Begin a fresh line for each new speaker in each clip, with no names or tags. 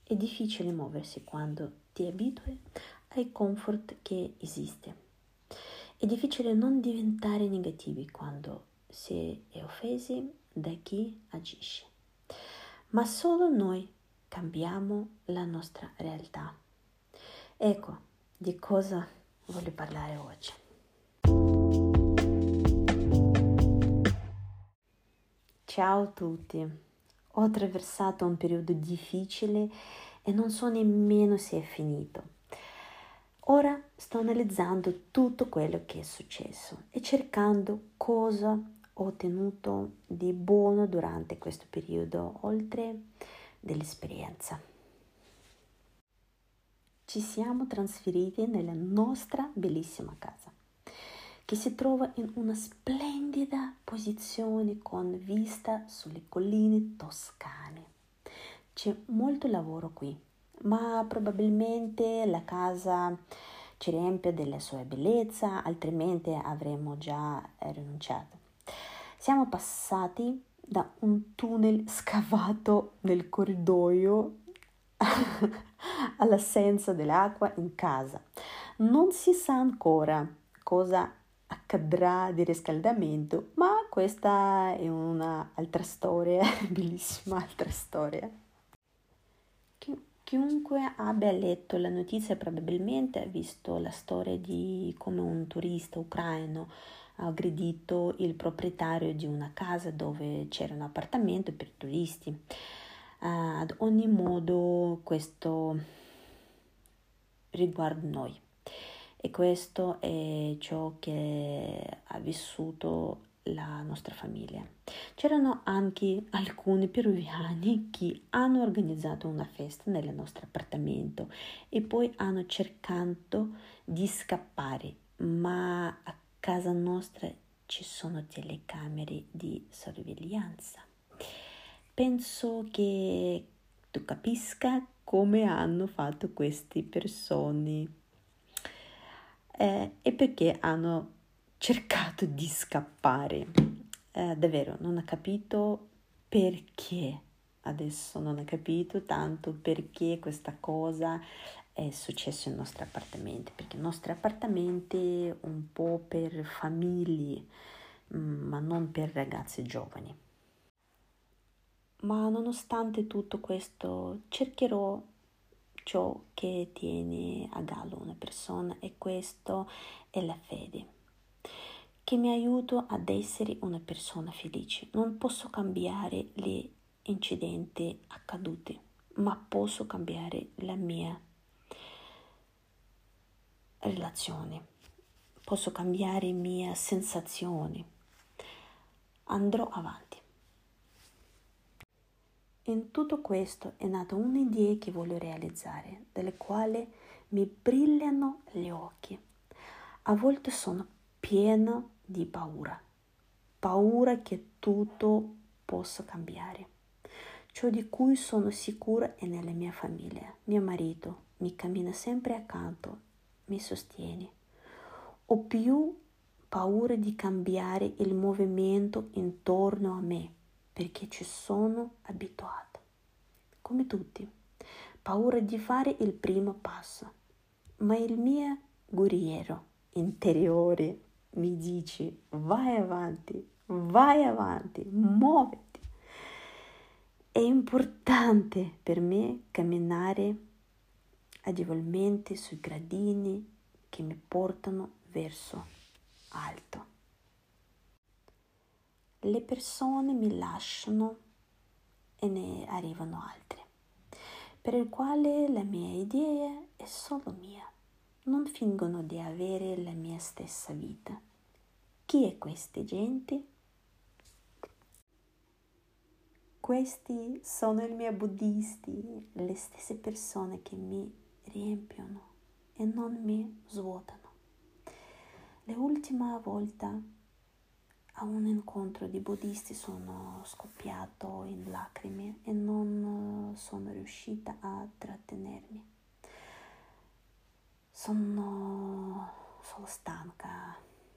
È difficile muoversi quando ti abitui ai comfort che esiste. È difficile non diventare negativi quando si è offesi da chi agisce. Ma solo noi cambiamo la nostra realtà. Ecco di cosa voglio parlare oggi. Ciao a tutti. Ho attraversato un periodo difficile e non so nemmeno se è finito. Ora sto analizzando tutto quello che è successo e cercando cosa ho ottenuto di buono durante questo periodo, oltre dell'esperienza. Ci siamo trasferiti nella nostra bellissima casa, che si trova in una splendida posizione con vista sulle colline toscane. C'è molto lavoro qui, ma probabilmente la casa ci riempie della sua bellezza, altrimenti avremmo già rinunciato. Siamo passati da un tunnel scavato nel corridoio all'assenza dell'acqua in casa. Non si sa ancora cosa accadrà di riscaldamento, ma questa è un'altra storia, bellissima altra storia. Chiunque abbia letto la notizia probabilmente ha visto la storia di come un turista ucraino ha aggredito il proprietario di una casa dove c'era un appartamento per turisti. Ad ogni modo questo riguarda noi e questo è ciò che ha vissuto la nostra famiglia. C'erano anche alcuni peruviani che hanno organizzato una festa nel nostro appartamento e poi hanno cercato di scappare, ma a casa nostra ci sono telecamere di sorveglianza. Penso che tu capisca come hanno fatto queste persone e perché hanno cercato di scappare. Davvero non ho capito perché. Adesso non ho capito tanto perché questa cosa è successa nei nostri appartamenti, perché i nostri appartamenti un po' per famiglie, ma non per ragazzi giovani. Ma nonostante tutto questo cercherò ciò che tiene a galla una persona e questo è la fede, che mi aiuta ad essere una persona felice. Non posso cambiare gli incidenti accaduti, ma posso cambiare la mia relazione, posso cambiare le mie sensazioni. Andrò avanti. In tutto questo è nata un'idea che voglio realizzare, delle quali mi brillano gli occhi. A volte sono piena di paura che tutto possa cambiare. Ciò di cui sono sicura è nella mia famiglia. Mio marito mi cammina sempre accanto, mi sostiene. Ho più paura di cambiare il movimento intorno a me, perché ci sono abituata, come tutti, paura di fare il primo passo, ma il mio guerriero interiore mi dice vai avanti, muoviti. È importante per me camminare agevolmente sui gradini che mi portano verso alto. Le persone mi lasciano e ne arrivano altre, per il quale la mia idea è solo mia. Non fingono di avere la mia stessa vita. Chi è questa gente? Questi sono i miei buddisti, le stesse persone che mi riempiono e non mi svuotano. L'ultima volta a un incontro di buddisti sono scoppiato in lacrime e non sono riuscita a trattenermi. Sono stanca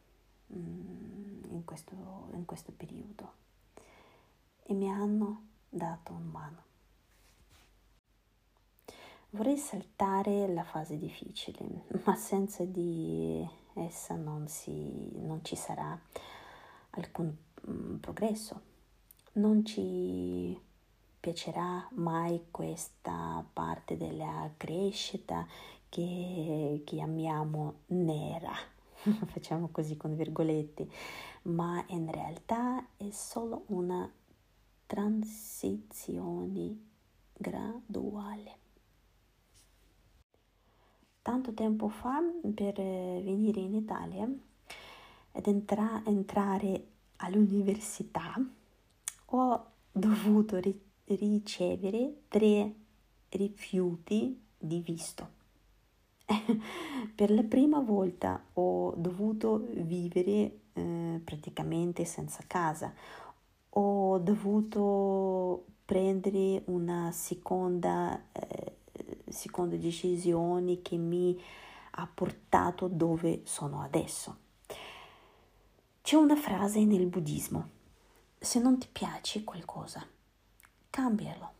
in questo periodo e mi hanno dato una mano. Vorrei saltare la fase difficile, ma senza di essa non ci sarà alcun progresso. Non ci piacerà mai questa parte della crescita che chiamiamo nera, facciamo così con virgolette, ma in realtà è solo una transizione graduale. Tanto tempo fa, per venire in Italia ed entrare all'università, ho dovuto ricevere 3 rifiuti di visto. Per la prima volta ho dovuto vivere praticamente senza casa. Ho dovuto prendere una seconda decisione che mi ha portato dove sono adesso. C'è una frase nel buddismo: se non ti piace qualcosa, cambialo.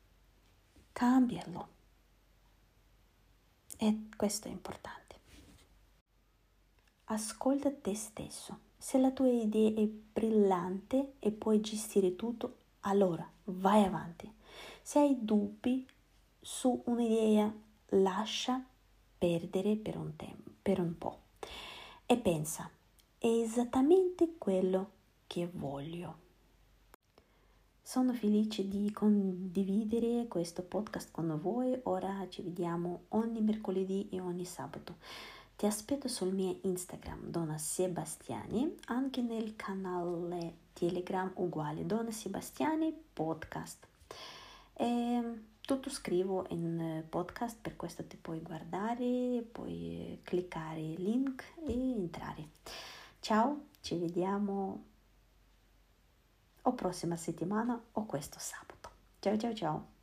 E questo è importante. Ascolta te stesso. Se la tua idea è brillante e puoi gestire tutto, allora vai avanti. Se hai dubbi su un'idea, lascia perdere per un po'. E pensa, è esattamente quello che voglio. Sono felice di condividere questo podcast con voi. Ora ci vediamo ogni mercoledì e ogni sabato. Ti aspetto sul mio Instagram Donna Sebastiani, anche nel canale Telegram uguale Donna Sebastiani Podcast. Tutto scrivo in podcast, per questo ti puoi guardare, puoi cliccare il link e entrare. Ciao, ci vediamo o prossima settimana o questo sabato. Ciao ciao ciao.